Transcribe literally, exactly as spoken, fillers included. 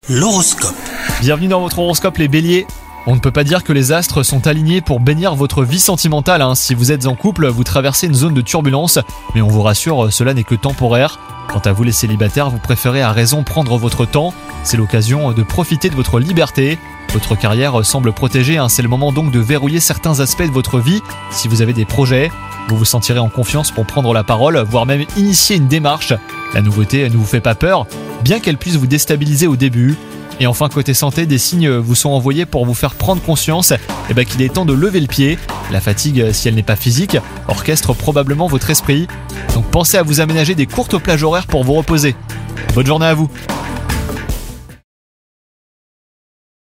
L'horoscope. Bienvenue dans votre horoscope les béliers. On ne peut pas dire que les astres sont alignés pour bénir votre vie sentimentale. Hein. Si vous êtes en couple, vous traversez une zone de turbulence, mais on vous rassure, cela n'est que temporaire. Quant à vous les célibataires, vous préférez à raison prendre votre temps. C'est l'occasion de profiter de votre liberté. Votre carrière semble protégée, hein. C'est le moment donc de verrouiller certains aspects de votre vie. Si vous avez des projets, vous vous sentirez en confiance pour prendre la parole, voire même initier une démarche. La nouveauté ne vous fait pas peur, bien qu'elle puisse vous déstabiliser au début. Et enfin, côté santé, des signes vous sont envoyés pour vous faire prendre conscience eh ben, qu'il est temps de lever le pied. La fatigue, si elle n'est pas physique, orchestre probablement votre esprit. Donc pensez à vous aménager des courtes plages horaires pour vous reposer. Bonne journée à vous.